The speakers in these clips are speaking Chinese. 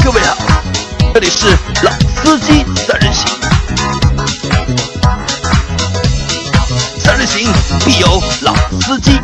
各位好，这里是老司机三人行，三人行必有老司机。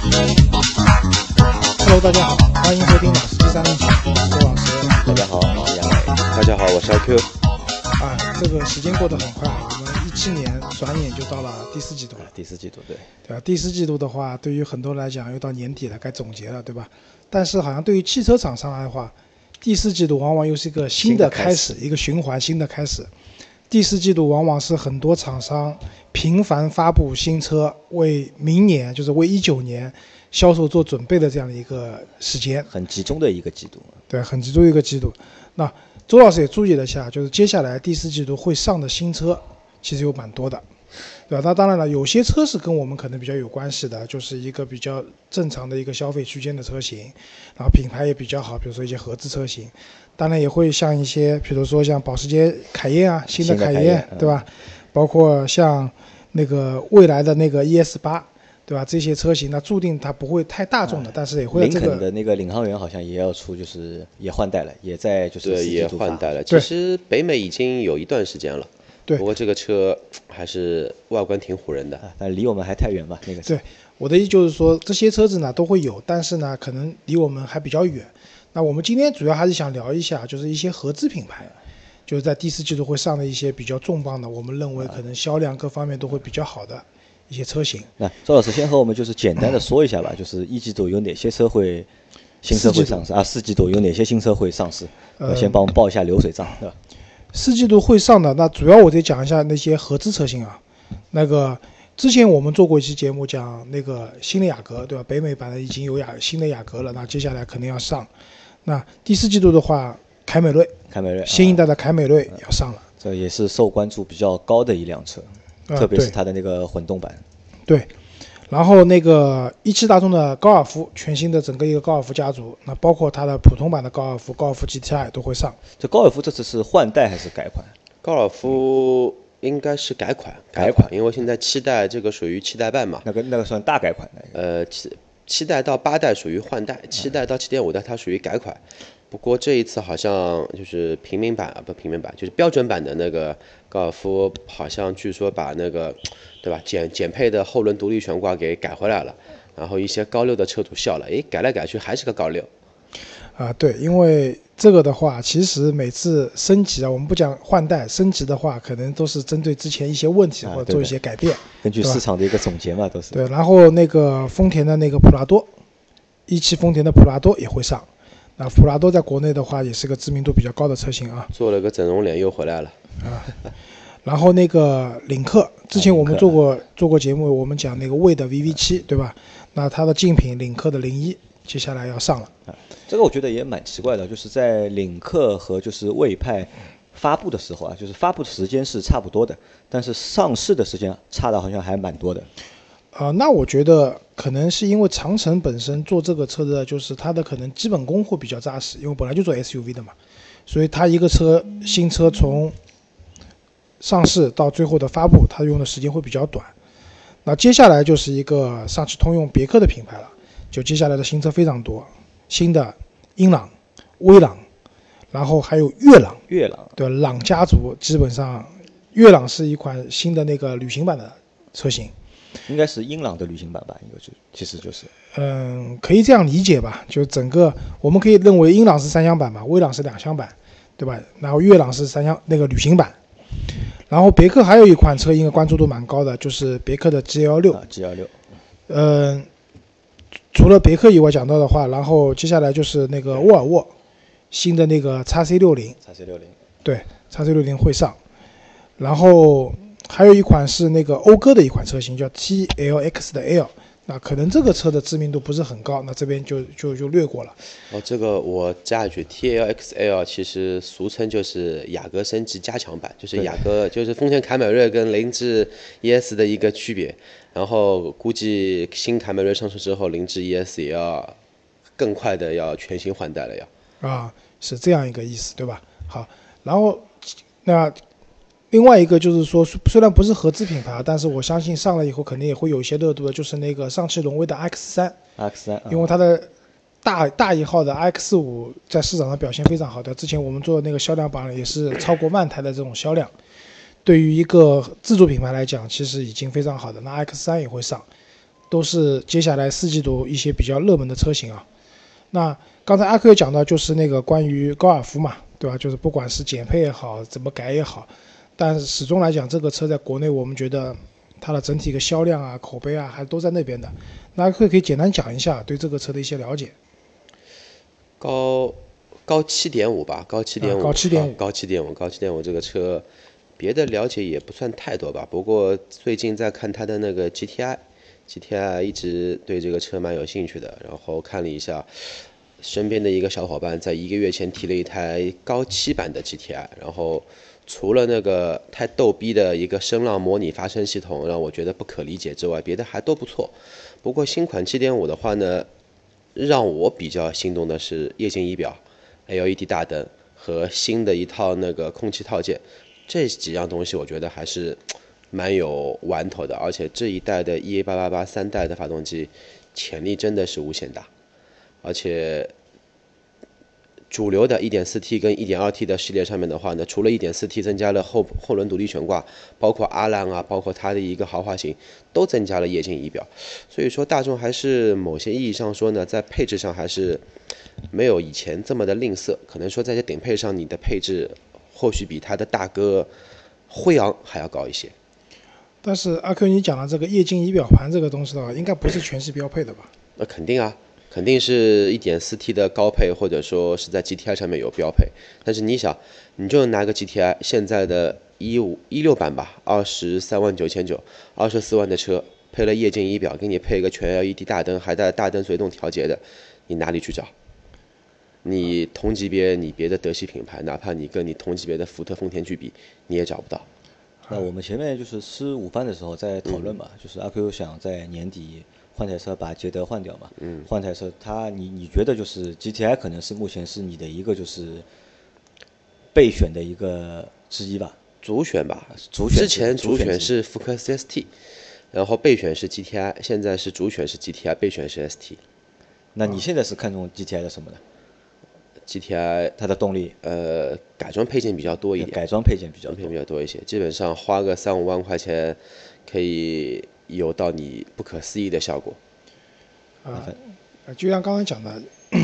Hello， 大家好，欢迎收听老司机三人行，我是周老师。 大家好，我是杨磊。大家好，我是阿 Q。 这个时间过得很快，我们17年转眼就到了第四季度了。 第四季度，对吧？第四季度的话，对于很多人来讲，又到年底了，该总结了，对吧？但是好像对于汽车厂商来的话，第四季度往往又是一个新的开始，一个循环，新的开始。第四季度往往是很多厂商频繁发布新车，为明年，就是为19年销售做准备的这样的一个时间， 很集中的一个季度。 对，很集中的一个季度。那周老师也注意了一下，就是接下来第四季度会上的新车其实有蛮多的，对吧？那当然了，有些车是跟我们可能比较有关系的，就是一个比较正常的一个消费区间的车型，然后品牌也比较好，比如说一些合资车型。当然也会像一些，比如说像保时捷凯宴啊，新的凯宴，对吧？包括像那个未来的那个 ES8，对吧？这些车型呢，注定它不会太大众的，但是也会这个。 林肯的那个领航员好像也要出，就是也换代了，也在就是对，也换代了。其实北美已经有一段时间了， 对。 不过这个车还是外观挺唬人的， 但离我们还太远吧？那个。 对，我的意思就是说，这些车子呢都会有，但是呢，可能离我们还比较远。那我们今天主要还是想聊一下，就是一些合资品牌，就是在第四季度会上的一些比较重磅的，我们认为可能销量各方面都会比较好的一些车型。 那周老师先和我们就是简单的说一下吧，就是一季度有哪些新车会上市啊？四季度有哪些新车会上市？先帮我们报一下流水账，对吧？ 四季度会上的，那主要我得讲一下那些合资车型啊。那个之前我们做过一期节目讲那个新的雅阁，对吧？北美版的已经有新的雅阁了，那接下来肯定要上。那第四季度的话，凯美瑞新一代的凯美瑞要上了， 这也是受关注比较高的一辆车，特别是它的那个混动版。 对，然后那个17大众的高尔夫，全新的整个一个高尔夫家族，那包括它的普通版的高尔夫 GTI 都会上。 这高尔夫这次是换代还是改款？ 高尔夫应该是改款，因为现在7代这个属于7代半嘛， 那个算大改款的。7代到8代属于换代，7代到7.5代它属于改款。不过这一次好像就是平民版就是标准版的那个高尔夫，好像据说把那个，对吧，减配的后轮独立悬挂给改回来了，然后一些高6的车主笑了，改来改去还是个高6。 对，因为这个的话，其实每次升级啊，我们不讲换代，升级的话，可能都是针对之前一些问题或者做一些改变， 根据市场的一个总结嘛，都是。 对，然后那个丰田的那个普拉多，17丰田的普拉多也会上。那普拉多在国内的话，也是个知名度比较高的车型啊。 做了个整容脸又回来了啊。然后那个领克，之前我们做过节目，我们讲那个魏的 VV7，对吧？那它的竞品领克的01接下来要上了。 这个我觉得也蛮奇怪的，就是在领克和就是魏派发布的时候啊，就是发布的时间是差不多的，但是上市的时间差的好像还蛮多的。 那我觉得可能是因为长城本身做这个车的，就是它的可能基本功会比较扎实，因为本来就做 SUV 的嘛，所以它一个新车从上市到最后的发布，它用的时间会比较短。那接下来就是一个上汽通用别克的品牌了，就接下来的新车非常多，新的英朗、威朗，然后还有粤朗，对，朗家族基本上粤朗是一款新的那个旅行版的车型。 应该是英朗的旅行版吧，其实就是， 可以这样理解吧，就整个我们可以认为英朗是3厢版吧，威朗是2厢版，对吧？然后粤朗是3厢那个旅行版，然后别克还有一款车应该关注度蛮高的，就是别克的 GL6。除了别克以外讲到的话，然后接下来就是那个沃尔沃新的那个 XC60，对 ，XC60会上，然后。还有一款是那个讴歌的一款车型叫 TLX 的 L， 那可能这个车的知名度不是很高，那这边就略过了。 这个我加一句 ，TLX L 其实俗称就是雅阁升级加强版，就是雅阁就是丰田凯美瑞跟凌志 ES 的一个区别。然后估计新凯美瑞上市之后，凌志 ES 也要更快的要全新换代了要。 是这样一个意思，对吧？好，然后那。另外一个就是说，虽然不是合资品牌，但是我相信上了以后肯定也会有一些热度的，就是那个上汽荣威的 X3，因为它的大一号的 iX5在市场上表现非常好的，之前我们做的那个销量榜也是超过万台的这种销量，对于一个自主品牌来讲，其实已经非常好的。那 X3也会上，都是接下来4季度一些比较热门的车型啊。那刚才阿 Q 也讲到，就是那个关于高尔夫嘛，对吧？就是不管是减配也好，怎么改也好，但是始终来讲，这个车在国内我们觉得它的整体一个销量啊、口碑啊，还都在那边的。那阿 Q 可以简单讲一下对这个车的一些了解。 高7.5吧，高7.5这个车，别的了解也不算太多吧。不过最近在看它的那个 GTI 一直对这个车蛮有兴趣的，然后看了一下，身边的一个小伙伴在1个月前提了一台高7版的 GTI， 然后除了那个太逗逼的一个声浪模拟发声系统让我觉得不可理解之外，别的还都不错。不过新款 7.5 的话呢，让我比较心动的是液晶仪表、LED 大灯和新的一套那个空气套件，这几样东西我觉得还是蛮有玩头的。而且这一代的 EA888 3代的发动机潜力真的是无限大，而且主流的 1.4T 跟 1.2T 的系列上面的话呢，除了 1.4T 增加了后轮独立悬挂，包括阿兰啊，包括它的一个豪华型都增加了液晶仪表。所以说大众还是某些意义上说呢，在配置上还是没有以前这么的吝啬，可能说在这顶配上你的配置或许比它的大哥辉昂还要高一些。 但是阿 Q 你讲的这个液晶仪表盘这个东西的话，应该不是全系标配的吧？ 那肯定啊，肯定是 1.4T 的高配，或者说是在 GTI 上面有标配。但是你想，你就拿个 GTI 现在的16版吧，23.99000，24万的车，配了液晶仪表，给你配一个全 LED 大灯，还带大灯随动调节的，你哪里去找？你同级别你别的德系品牌，哪怕你跟你同级别的福特、丰田去比，你也找不到。 那我们前面就是吃午饭的时候在讨论嘛，就是阿 Q 想在年底换台车把捷德换掉嘛，换台车你觉得就是 GTI 可能是目前是你的一个就是备选的一个之一吧？ 主选吧， 主选之前主选是福克斯 ST， 然后备选是 GTI， 现在是主选是 GTI， 备选是 ST。 那你现在是看中 GTI 的什么呢 ？GTI 它的动力， 改装配件比较多一点， 改装配件比较多一些，基本上花个3-5万块钱，可以有到你不可思议的效果。 就像刚刚讲的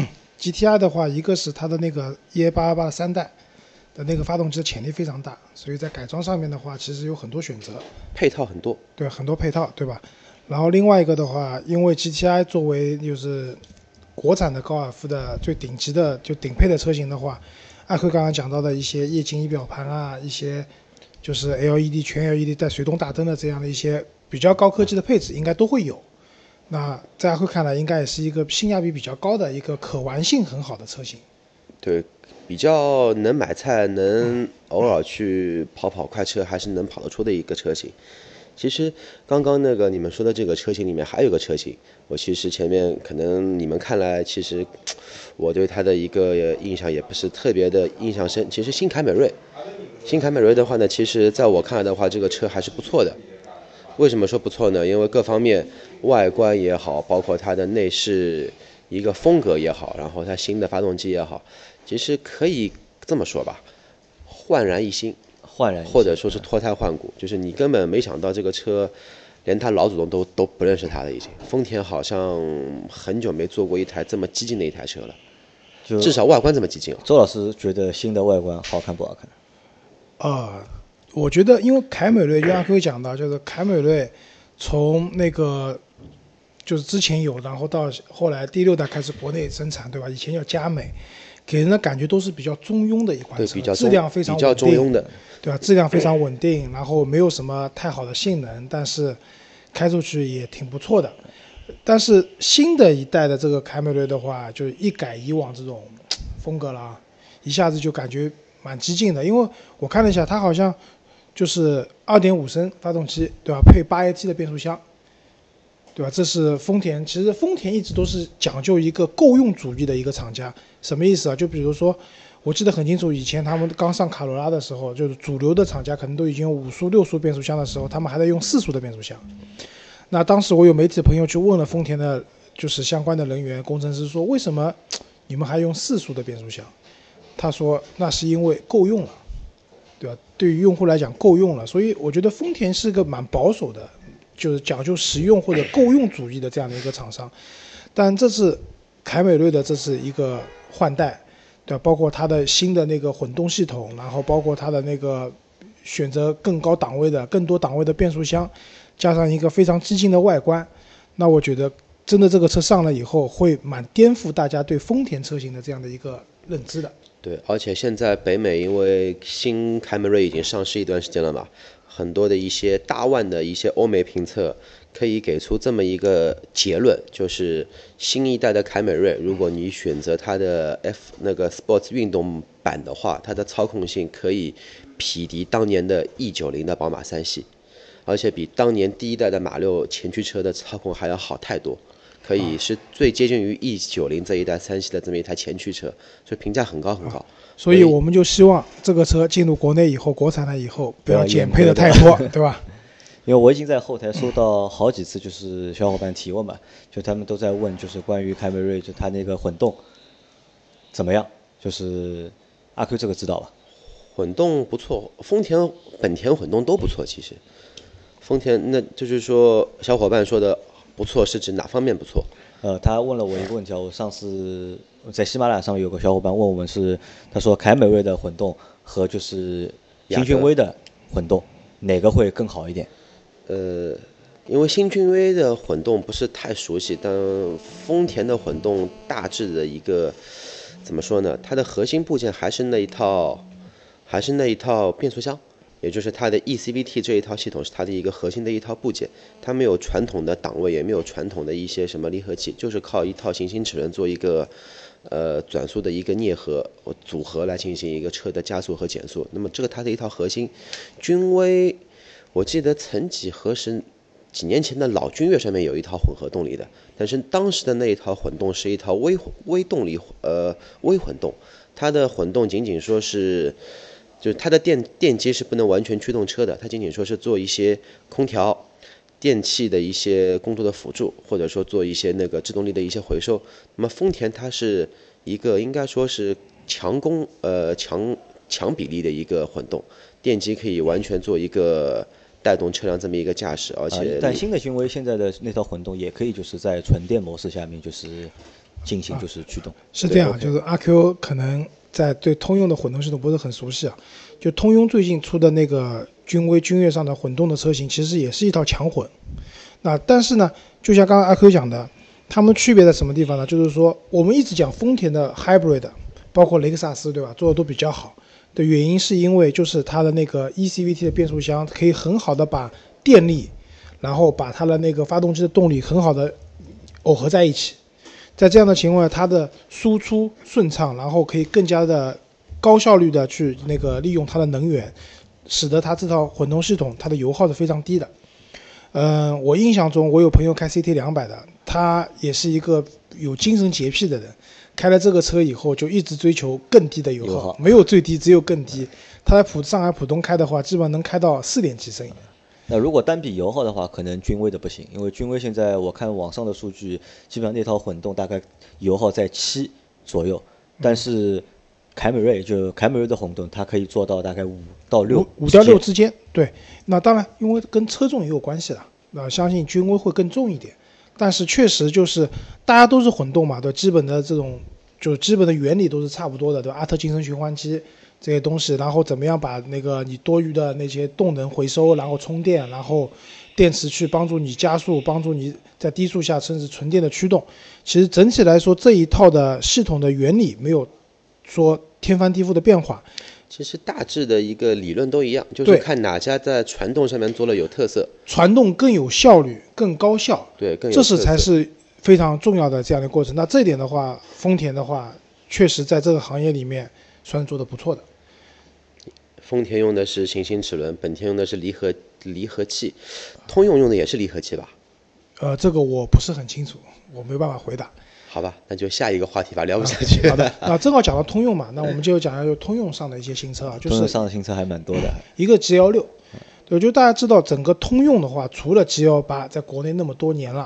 ，GTI 的话，一个是它的那个 EA888 3代的那个发动机的潜力非常大，所以在改装上面的话，其实有很多选择， 配套很多， 对，很多配套，对吧？然后另外一个的话，因为 GTI 作为就是国产的高尔夫的最顶级的就顶配的车型的话，阿奎刚刚讲到的一些液晶仪表盘啊，一些就是 LED 全 LED 带随动大灯的这样的一些比较高科技的配置，应该都会有。那在阿奎看来，应该也是一个性价比比较高的一个可玩性很好的车型。 对，比较能买菜，能偶尔去跑快车，还是能跑得出的一个车型。其实刚刚那个你们说的这个车型里面还有个车型，我其实前面可能你们看来，其实我对它的一个印象也不是特别的印象深。其实新凯美瑞的话呢，其实在我看来的话，这个车还是不错的。为什么说不错呢？因为各方面外观也好，包括它的内饰一个风格也好，然后它新的发动机也好，其实可以这么说吧，焕然一新，或者说是脱胎换骨，就是你根本没想到这个车连他老祖宗都不认识他了。已经丰田好像很久没做过一台这么激进的一台车了，至少外观这么激进。 周老师觉得新的外观好看不好看？ 我觉得因为凯美瑞就像各位讲到，就是凯美瑞从那个就是之前有，然后到后来第6代开始国内生产，对吧？以前叫佳美，给人的感觉都是比较中庸的一款车，质量非常稳定， 比较中庸的， 对吧？质量非常稳定，然后没有什么太好的性能，但是开出去也挺不错的。但是新的一代的这个凯美瑞的话，就一改以往这种风格了，一下子就感觉蛮激进的。因为我看了一下，它好像就是2.5升发动机，对吧？配8AT 的变速箱，对吧？这是丰田，其实丰田一直都是讲究一个够用主义的一个厂家。什么意思啊？就比如说，我记得很清楚，以前他们刚上卡罗拉的时候，就是主流的厂家可能都已经有5速、6速变速箱的时候，他们还在用4速的变速箱。那当时我有媒体的朋友去问了丰田的就是相关的人员工程师说，为什么你们还用4速的变速箱？他说那是因为够用了，对吧？对于用户来讲够用了，所以我觉得丰田是个蛮保守的，就是讲究实用或者够用主义的这样的一个厂商。但这次凯美瑞的这是一个换代，对吧？包括它的新的那个混动系统，然后包括它的那个选择更高档位的、更多档位的变速箱，加上一个非常激进的外观，那我觉得真的这个车上了以后，会蛮颠覆大家对丰田车型的这样的一个认知的。 对，而且现在北美因为新凯美瑞已经上市一段时间了嘛，很多的一些大腕的一些欧美评测可以给出这么一个结论，就是新一代的凯美瑞，如果你选择它的 那个 Sports 运动版的话，它的操控性可以匹敌当年的 E90 的宝马3系，而且比当年第一代的马六前驱车的操控还要好太多。可以是最接近于 E90 这一代3系的这么一台前驱车，所以评价很高很高。 所以我们就希望这个车进入国内以后，国产了以后不要减配的太多，对吧？ 因为我已经在后台收到好几次，就是小伙伴提问嘛，就他们都在问，就是关于凯美瑞，就它那个混动怎么样？就是阿 Q 这个知道吧？ 混动不错，丰田、本田混动都不错。其实，丰田那就是说，小伙伴说的不错是指哪方面不错？ 他问了我一个问题啊，我上次在喜马拉雅上有个小伙伴问我们是，他说凯美瑞的混动和就是新君威的混动哪个会更好一点？ 因为新君威的混动不是太熟悉，但丰田的混动大致的一个怎么说呢？它的核心部件还是那一套变速箱。也就是它的 ECVT 这一套系统是它的一个核心的一套部件，它没有传统的档位，也没有传统的一些什么离合器，就是靠一套行星齿轮做一个转速的一个啮合组合来进行一个车的加速和减速。那么这个它的一套核心，君威我记得曾几何时几年前的老君越上面有一套混合动力的，但是当时的那一套混动是一套微动力微混动，它的混动仅仅说是。就是它的电机是不能完全驱动车的，它仅仅说是做一些空调、电器的一些工作的辅助，或者说做一些那个制动力的一些回收。那么丰田它是一个应该说是强比例的一个混动，电机可以完全做一个带动车辆这么一个驾驶，而且但新的君威现在的那套混动也可以就是在纯电模式下面就是进行就是驱动。 是这样，就是阿 Q 可能在对通用的混动系统不是很熟悉啊，就通用最近出的那个君威、君越上的混动的车型，其实也是一套强混。那但是呢，就像刚刚阿 Q 讲的，它们区别在什么地方呢？就是说，我们一直讲丰田的 Hybrid， 包括雷克萨斯，对吧？做的都比较好的原因，是因为就是它的那个 ECVT 的变速箱可以很好的把电力，然后把它的那个发动机的动力很好的耦合在一起。在这样的情况下，它的输出顺畅，然后可以更加的高效率的去那个利用它的能源，使得它这套混动系统它的油耗是非常低的。我印象中我有朋友开 CT200 的，他也是一个有精神洁癖的人，开了这个车以后就一直追求更低的油耗，没有最低，只有更低。他在上海浦东开的话，基本上能开到4点几升。 那如果单比油耗的话，可能君威的不行，因为君威现在我看网上的数据，基本上那套混动大概油耗在7左右，但是凯美瑞的混动，它可以做到大概5到6 之间。对，那当然因为跟车重也有关系了，那相信君威会更重一点，但是确实就是大家都是混动嘛，对，基本的这种就基本的原理都是差不多的，对吧？阿特金森循环机这些东西，然后怎么样把那个你多余的那些动能回收，然后充电，然后电池去帮助你加速，帮助你在低速下甚至纯电的驱动。其实整体来说，这一套的系统的原理没有说天翻地覆的变化。 其实大致的一个理论都一样，就是看哪家在传动上面做了有特色， 传动更有效率、更高效， 对，更有这是才是非常重要的这样的过程。那这一点的话，丰田的话，确实在这个行业里面算是做得不错的。 丰田用的是行星齿轮，本田用的是离合器，通用用的也是离合器吧？ 这个我不是很清楚，我没办法回答。 好吧，那就下一个话题吧，聊不下去。 好的，那正好讲到通用嘛，那我们就讲一下通用上的一些新车啊，就是通用上的新车还蛮多的。 一个 GL6，对，就大家知道整个通用的话，除了 GL8 在国内那么多年了，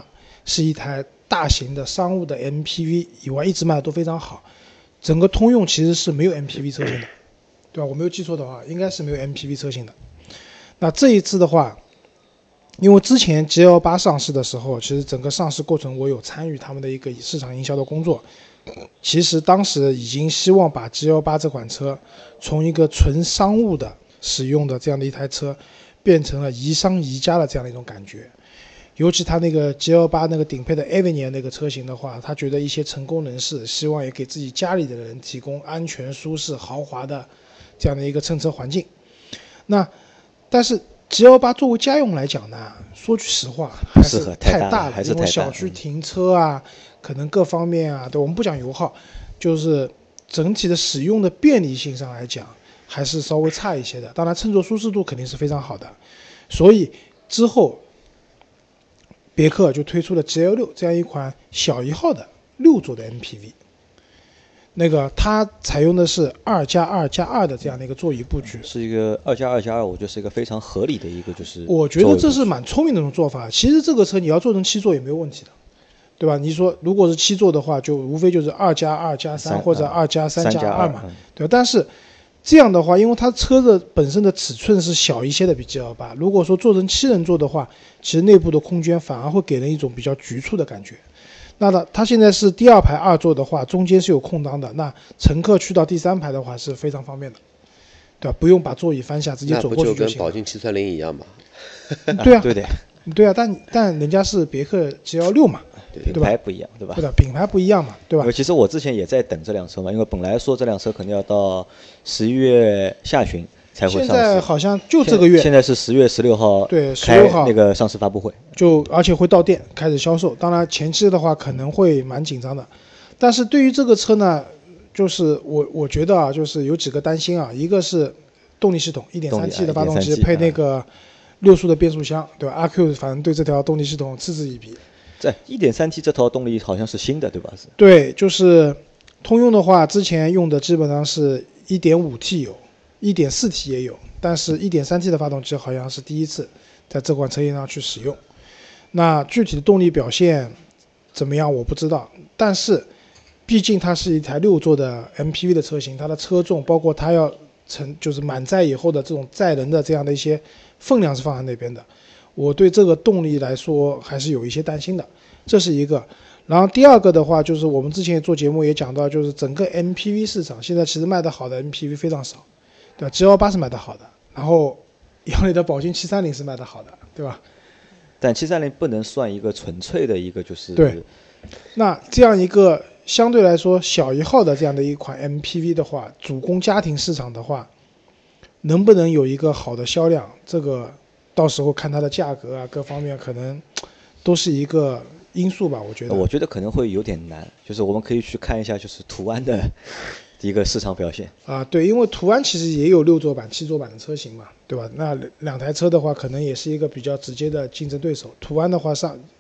是一台大型的商务的 MPV 以外，一直卖的都非常好。整个通用其实是没有 MPV 车型的，对吧？我没有记错的话，应该是没有 MPV 车型的。那这一次的话，因为之前 G18 上市的时候，其实整个上市过程我有参与他们的一个市场营销的工作。其实当时已经希望把 G18 这款车从一个纯商务的使用的这样的一台车，变成了宜商宜家的这样的一种感觉。尤其他那个 G18 那个顶配的 Avenir 那个车型的话，他觉得一些成功人士希望也给自己家里的人提供安全、舒适、豪华的这样的一个乘车环境。那但是 G18 作为家用来讲呢，说句实话还是太大了，因为小区停车啊，可能各方面啊，对，我们不讲油耗，就是整体的使用的便利性上来讲，还是稍微差一些的。当然，乘坐舒适度肯定是非常好的，所以之后别克就推出了 GL6 这样一款小一号的6座的 MPV。那个它采用的是2+2+2的这样的一个座椅布局， 是一个2+2+2，我觉得是一个非常合理的一个，就是我觉得这是蛮聪明的一种做法。其实这个车你要做成7座也没有问题的，对吧？你说如果是7座的话，就无非就是2+2+3或者2+3+2嘛，对吧？但是这样的话，因为它车的本身的尺寸是小一些的，比 G18，如果说做成7人座的话，其实内部的空间反而会给人一种比较局促的感觉。那它现在是第2排2座的话，中间是有空档的，那乘客去到第3排的话是非常方便的，对吧？不用把座椅翻下，直接走过去就行了。 那不就跟宝骏730一样吗？ 对啊， 对的， 对啊，但人家是别克 GL6 嘛， 品牌不一样，对吧？ 对的，品牌不一样嘛，对吧？ 其实我之前也在等这辆车嘛，因为本来说这辆车可能要到11月下旬才会上市， 现在好像就这个月， 现在是10月16号， 对，16号那个上市发布会， 而且会到店开始销售。当然前期的话可能会蛮紧张的，但是对于这个车呢，就是我觉得啊，就是有几个担心啊，一个是动力系统 1.3T 的发动机配那个6速的变速箱，对吧？阿 Q 反正对这条动力系统嗤之以鼻。 这 1.3T 这套动力好像是新的，对吧？ 对，就是通用的话，之前用的基本上是 1.5T 有 1.4T 也有，但是 1.3T 的发动机好像是第一次在这款车型上去使用。那具体的动力表现怎么样我不知道，但是毕竟它是一台6座的 MPV 的车型，它的车重包括它要就是满载以后的这种载人的这样的一些分量是放在那边的，我对这个动力来说还是有一些担心的，这是一个。然后第二个的话，就是我们之前做节目也讲到，就是整个 MPV 市场现在其实卖得好的 MPV 非常少，对吧 ？G18 是卖得好的，然后杨磊的宝骏730是卖得好的，对吧？ 但730不能算一个纯粹的一个就是对。那这样一个相对来说小一号的这样的一款 MPV 的话，主攻家庭市场的话，能不能有一个好的销量，这个到时候看它的价格啊，各方面可能都是一个因素吧。我觉得可能会有点难，就是我们可以去看一下就是途安的一个市场表现啊。对，因为途安其实也有6座版、7座版的车型嘛，对吧？那两台车的话，可能也是一个比较直接的竞争对手。途安的话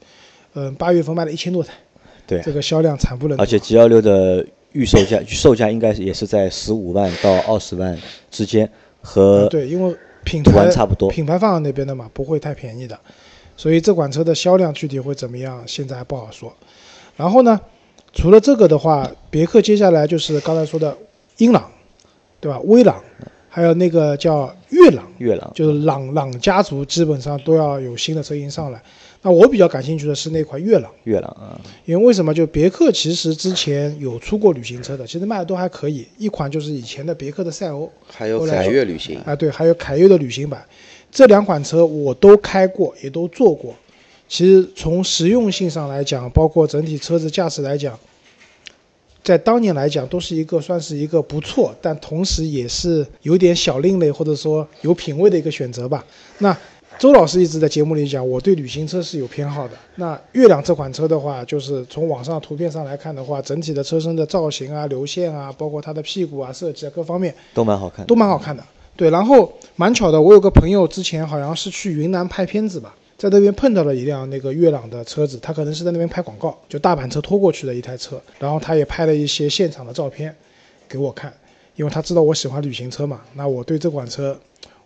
8月份卖了1000多台， 对， 这个销量惨不忍睹。 而且 G16 的售价应该也是在15万到20万之间，和对，因为途安差不多， 品牌放在那边的嘛，不会太便宜的。所以这款车的销量具体会怎么样，现在还不好说。然后呢，除了这个的话，别克接下来就是刚才说的英朗，对吧？威朗，还有那个叫悦朗，就是朗家族基本上都要有新的车型上来。那我比较感兴趣的是那款悦朗啊，因为为什么？就别克其实之前有出过旅行车的，其实卖的都还可以。一款就是以前的别克的赛欧， 还有凯越旅行啊，对，还有凯越的旅行版。这2款车我都开过，也都坐过。其实从实用性上来讲，包括整体车子驾驶来讲，在当年来讲都是算是一个不错，但同时也是有点小另类或者说有品位的一个选择吧。那周老师一直在节目里讲，我对旅行车是有偏好的。那悦朗这款车的话，就是从网上图片上来看的话，整体的车身的造型啊、流线啊，包括它的屁股啊、设计啊各方面都蛮好看的。对，然后蛮巧的，我有个朋友之前好像是去云南拍片子吧，在那边碰到了一辆那个悦朗的车子，他可能是在那边拍广告，就大板车拖过去的一台车，然后他也拍了一些现场的照片给我看，因为他知道我喜欢旅行车嘛。那我对这款车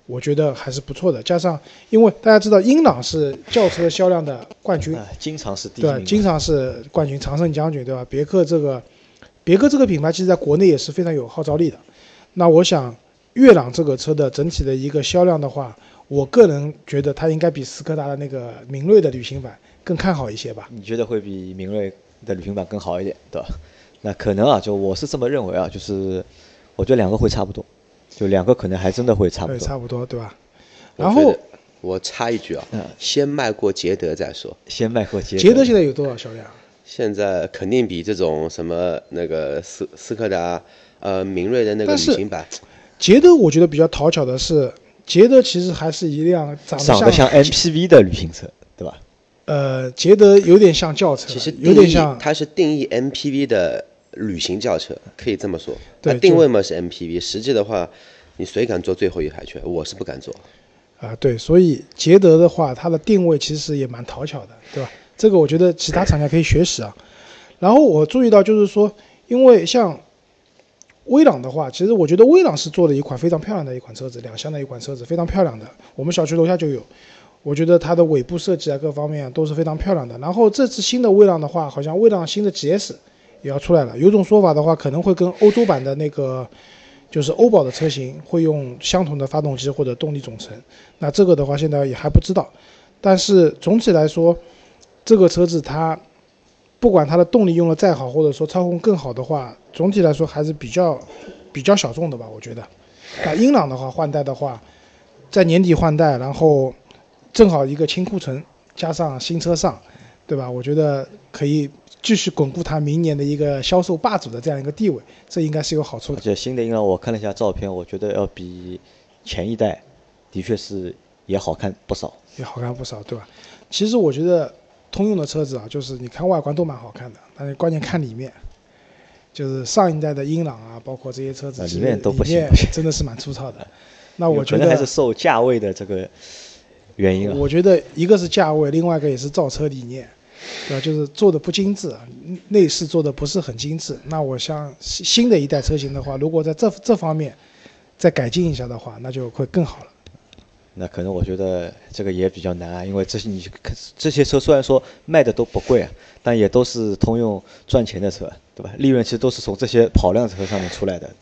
我觉得还是不错的。加上因为大家知道英朗是轿车销量的冠军， 经常是第一名， 对，经常是冠军，常胜将军，对吧？别克这个品牌其实在国内也是非常有号召力的。那我想悦朗这个车的整体的一个销量的话，我个人觉得它应该比斯柯达的那个明锐的旅行版更看好一些吧。 你觉得会比明锐的旅行版更好一点，对吧？那可能啊，就我是这么认为啊，就是我觉得两个会差不多，就两个可能还真的会差不多， 对，差不多，对吧？然后我插一句啊，先迈过捷德再说。 先迈过捷德。 捷德现在有多少销量？ 现在肯定比这种什么那个斯柯达明锐的那个旅行版。 捷德我觉得比较讨巧的是，捷德其实还是一辆长得像 MPV 的旅行车，对吧？ 捷德有点像轿车， 其实有点像， 它是定义 MPV 的旅行轿车，可以这么说。 对， 它定位嘛是 MPV，实际的话，你谁敢坐最后一排去？我是不敢坐。 对，所以捷德的话，它的定位其实也蛮讨巧的，对吧？这个我觉得其他厂家可以学习啊。然后我注意到就是说，因为像威朗的话，其实我觉得威朗是做了一款非常漂亮的一款车子，两厢的一款车子，非常漂亮的。我们小区楼下就有，我觉得它的尾部设计啊，各方面都是非常漂亮的。然后这次新的威朗的话，好像威朗新的 GS 也要出来了。有种说法的话，可能会跟欧洲版的那个就是欧宝的车型会用相同的发动机或者动力总成。那这个的话，现在也还不知道。但是总体来说，这个车子它不管它的动力用的再好，或者说操控更好的话，总体来说还是比较小众的吧，我觉得。那英朗的话，换代的话，在年底换代，然后正好一个清库存加上新车上，对吧？我觉得可以继续巩固它明年的一个销售霸主的这样一个地位，这应该是有好处的。 而且新的英朗我看了一下照片，我觉得要比前一代的确是也好看不少， 对吧？其实我觉得通用的车子啊，就是你看外观都蛮好看的，但是关键看里面。就是上一代的英朗啊，包括这些车子， 里面都不行， 真的是蛮粗糙的。那我觉得可能还是受价位的这个原因啊。 我觉得一个是价位，另外一个也是造车理念，对吧？就是做的不精致，内饰做的不是很精致。那我像新的一代车型的话，如果在这方面再改进一下的话，那就会更好了。 那可能我觉得这个也比较难啊，因为这些车虽然说卖的都不贵啊，但也都是通用赚钱的车，对吧？利润其实都是从这些跑量车上面出来的。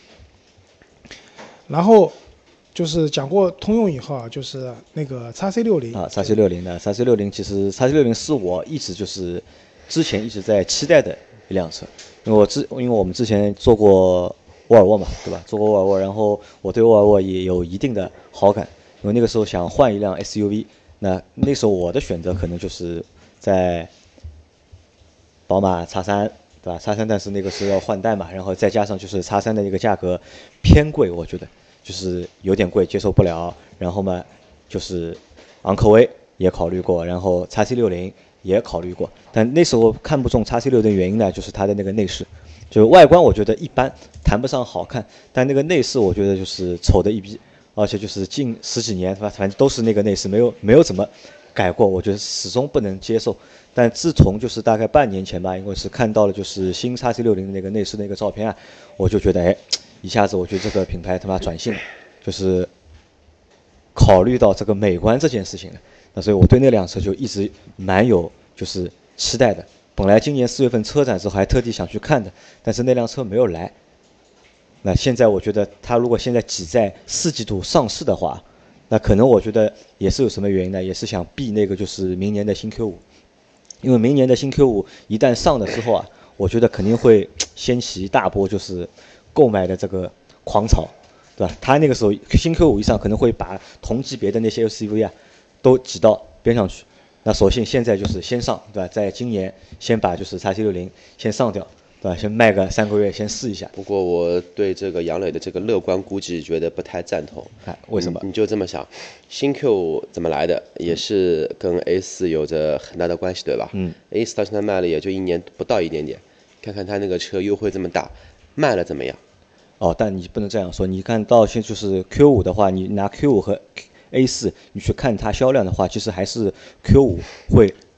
然后就是讲过通用以后啊，就是那个 XC60 啊 ，XC60 的 XC60，其实 XC60是我一直就是之前一直在期待的一辆车，因为我们之前做过沃尔沃嘛，对吧？做过沃尔沃，然后我对沃尔沃也有一定的好感。因为那个时候想换一辆 SUV， 那时候我的选择可能就是在宝马 X3， 对吧 ？X3 但是那个时候要换代嘛，然后再加上就是 X3 的一个价格偏贵，我觉得就是有点贵，接受不了。然后嘛，就是昂科威也考虑过，然后 XC60 也考虑过，但那时候看不中 XC60 的原因呢，就是它的那个内饰，就外观我觉得一般，谈不上好看，但那个内饰我觉得就是丑的一逼。而且就是近10几年，反正都是那个内饰，没有怎么改过，我觉得始终不能接受。但自从就是大概半年前吧，因为是看到了就是新 XC60 的那个内饰的那个照片啊，我就觉得一下子我觉得这个品牌他妈转性了，就是考虑到这个美观这件事情了。那所以我对那辆车就一直蛮有就是期待的。本来今年4月份车展之后还特地想去看的，但是那辆车没有来。那现在我觉得它如果现在挤在4季度上市的话，那可能我觉得也是有什么原因呢？也是想避那个就是明年的新 Q5，因为明年的新 Q5一旦上的时候啊，我觉得肯定会掀起一大波就是购买的这个狂潮，对吧？它那个时候新 Q5一上，可能会把同级别的那些 SUV 啊都挤到边上去。那索性现在就是先上，对吧？在今年先把就是 XC60 先上掉。对吧？先卖个3个月，先试一下。 不过我对这个杨磊的这个乐观估计觉得不太赞同。 为什么？ 你就这么想，新 Q 怎么来的，也是跟 A4 有着很大的关系，对吧？A4 到现在卖了也就1年不到一点点，看看他那个车优惠这么大，卖了怎么样？ 但你不能这样说。你看到现在就是 Q5 的话，你拿 Q5 和 A4 你去看它销量的话，其实还是 Q5 会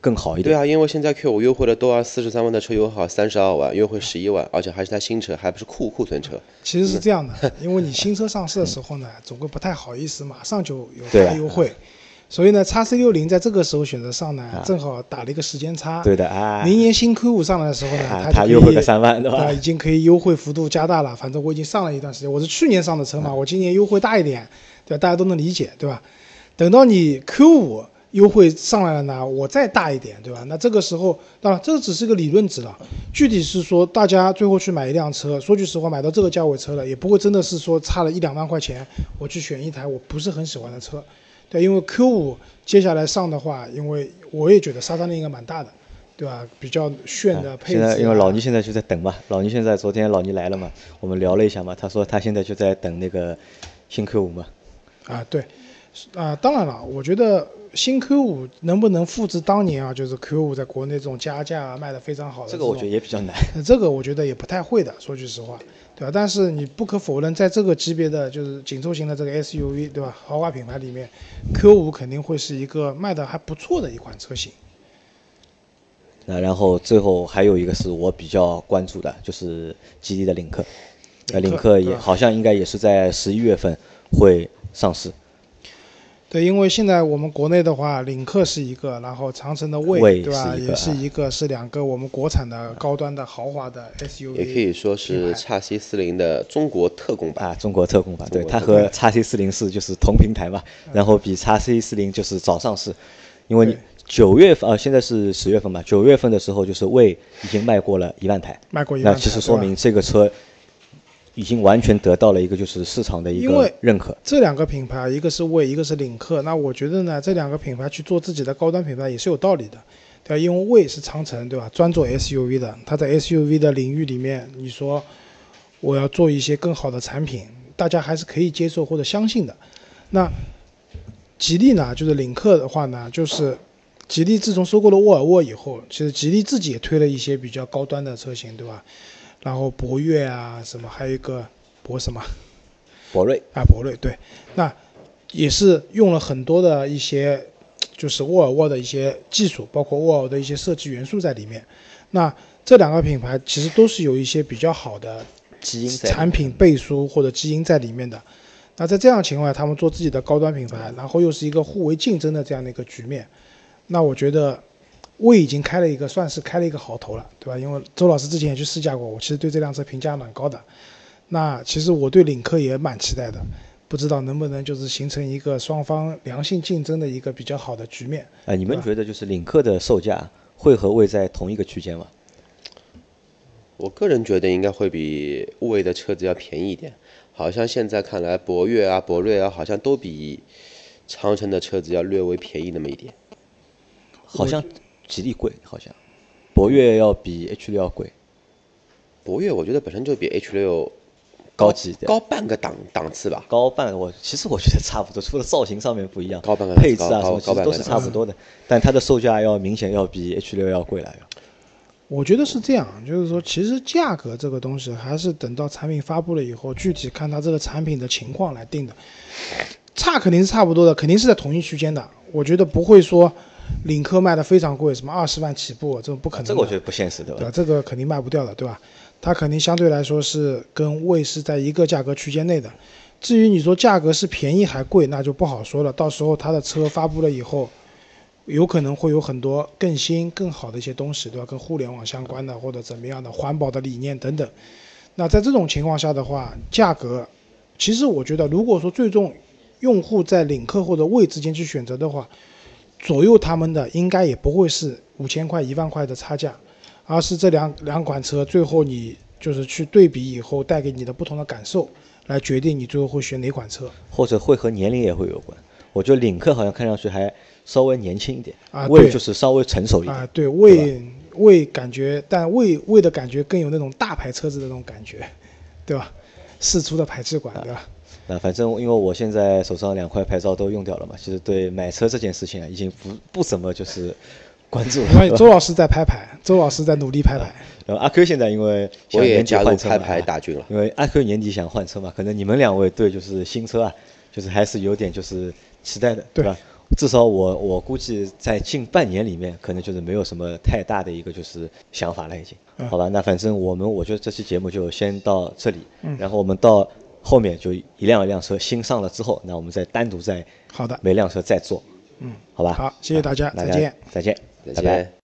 更好一点。 对啊，因为现在 Q5 优惠了，都要43万的车优惠32万，优惠11万，而且还是台新车，还不是库存车。 其实是这样的，因为你新车上市的时候呢，总归不太好意思马上就有大优惠，所以呢 ，XC60 在这个时候选择上呢，正好打了一个时间差。 对的啊。 明年新 Q5 上来的时候呢， 它优惠个3万，对吧？ 已经可以优惠幅度加大了。反正我已经上了一段时间，我是去年上的车嘛，我今年优惠大一点，对吧？大家都能理解，对吧？等到你 Q5 优惠上来了呢，我再大一点，对吧？那这个时候，当然这只是个理论值了，具体是说大家最后去买一辆车，说句实话，买到这个价位车了，也不会真的是说差了1-2万块钱，我去选一台我不是很喜欢的车，对，因为 Q5 接下来上的话，因为我也觉得杀伤力应该蛮大的，对吧？比较炫的配置、 现在因为老倪现在就在等嘛，老倪现在昨天老倪来了嘛，我们聊了一下嘛，他说他现在就在等那个新 Q5嘛。 对。当然了，我觉得新 Q5 能不能复制当年就是 Q5 在国内这种加价卖的非常好的， 这个我觉得也比较难。 这个我觉得也不太会的，说句实话，对吧？但是你不可否认，在这个级别的就是紧凑型的这个 SUV， 对吧？豪华品牌里面 ，Q5 肯定会是一个卖的还不错的一款车型。 然后最后还有一个是我比较关注的，就是吉利的领克。领克也好像应该也是在11月份会上市。 对，因为现在我们国内的话，领克是一个，然后长城的魏，对吧？也是一个，是2个我们国产的高端的豪华的 SUV， 也可以说是 XC40 的中国特供版中国特供版，对，它和 XC40是就是同平台嘛，然后比 XC40就是早上市，因为你9月份现在是10月份嘛，9月份的时候就是魏已经卖过了1万台， 卖过1万台， 那其实说明这个车已经完全得到了一个就是市场的一个认可。 这2个品牌，一个是魏，一个是领克，那我觉得呢，这2个品牌去做自己的高端品牌也是有道理的，对吧？因为魏是长城，对吧？专做 SUV 的，它在 SUV 的领域里面，你说我要做一些更好的产品，大家还是可以接受或者相信的。那吉利呢，就是领克的话呢，就是吉利自从收购了沃尔沃以后，其实吉利自己也推了一些比较高端的车型，对吧？然后博越啊，什么还有一个博瑞啊，博瑞对，那也是用了很多的一些就是沃尔沃的一些技术，包括沃尔沃的一些设计元素在里面。那这2个品牌其实都是有一些比较好的基因产品背书或者基因在里面的。那在这样的情况下，他们做自己的高端品牌，然后又是一个互为竞争的这样的一个局面，那我觉得魏已经算是开了一个好头了，对吧？因为周老师之前也去试驾过，我其实对这辆车评价蛮高的。那其实我对领克也蛮期待的，不知道能不能就是形成一个双方良性竞争的一个比较好的局面。 你们觉得就是领克的售价会和魏在同一个区间吗？ 我个人觉得应该会比魏的车子要便宜一点。好像现在看来，博越啊、博瑞啊，好像都比长城的车子要略微便宜那么一点。 好像吉利贵，好像博越要比 H6 要贵。 博越我觉得本身就比 H6 高级一点， 高半个档次吧。 高半个，其实我觉得差不多，除了造型上面不一样， 高半个配置啊什么其实都是高半个差不多的，但它的售价要明显要比 H6 要贵了。 我觉得是这样，就是说，其实价格这个东西还是等到产品发布了以后，具体看它这个产品的情况来定的。差肯定是差不多的，肯定是在同一区间的。我觉得不会说领克卖的非常贵，什么20万起步，这种不可能的。 这个我觉得不现实，对吧？ 对，这个肯定卖不掉的，对吧？它肯定相对来说是跟魏是在一个价格区间内的。至于你说价格是便宜还贵，那就不好说了。到时候它的车发布了以后，有可能会有很多更新更好的一些东西，对吧？跟互联网相关的或者怎么样的环保的理念等等。那在这种情况下的话，价格其实我觉得，如果说最终用户在领克或者魏之间去选择的话，左右他们的应该也不会是5000块、1万块的差价，而是这两款车最后你就是去对比以后带给你的不同的感受，来决定你最后会选哪款车， 或者会和年龄也会有关。我觉得领克好像看上去还稍微年轻一点， 啊， 魏就是稍微成熟一点啊。对，魏感觉，但魏的感觉更有那种大牌车子的那种感觉，对吧？四出的排气管，对吧？ 反正因为我现在手上2块牌照都用掉了嘛，其实对买车这件事情已经不怎么就是关注了。 因为周老师在拍牌，周老师在努力拍牌。 然后阿 Q 现在因为我也年底换车嘛， 加入拍牌大军了。 因为阿 Q 年底想换车嘛，可能你们2位对就是新车啊，就是还是有点就是期待的，对吧？ 至少我估计在近半年里面，可能就是没有什么太大的一个就是想法了已经。好吧，那反正我觉得这期节目就先到这里，然后我们到后面就一辆一辆车新上了之后，那我们再单独再好的， 每辆车再做，好吧？ 好，谢谢大家， 大再见， 再见， 再拜拜。 见。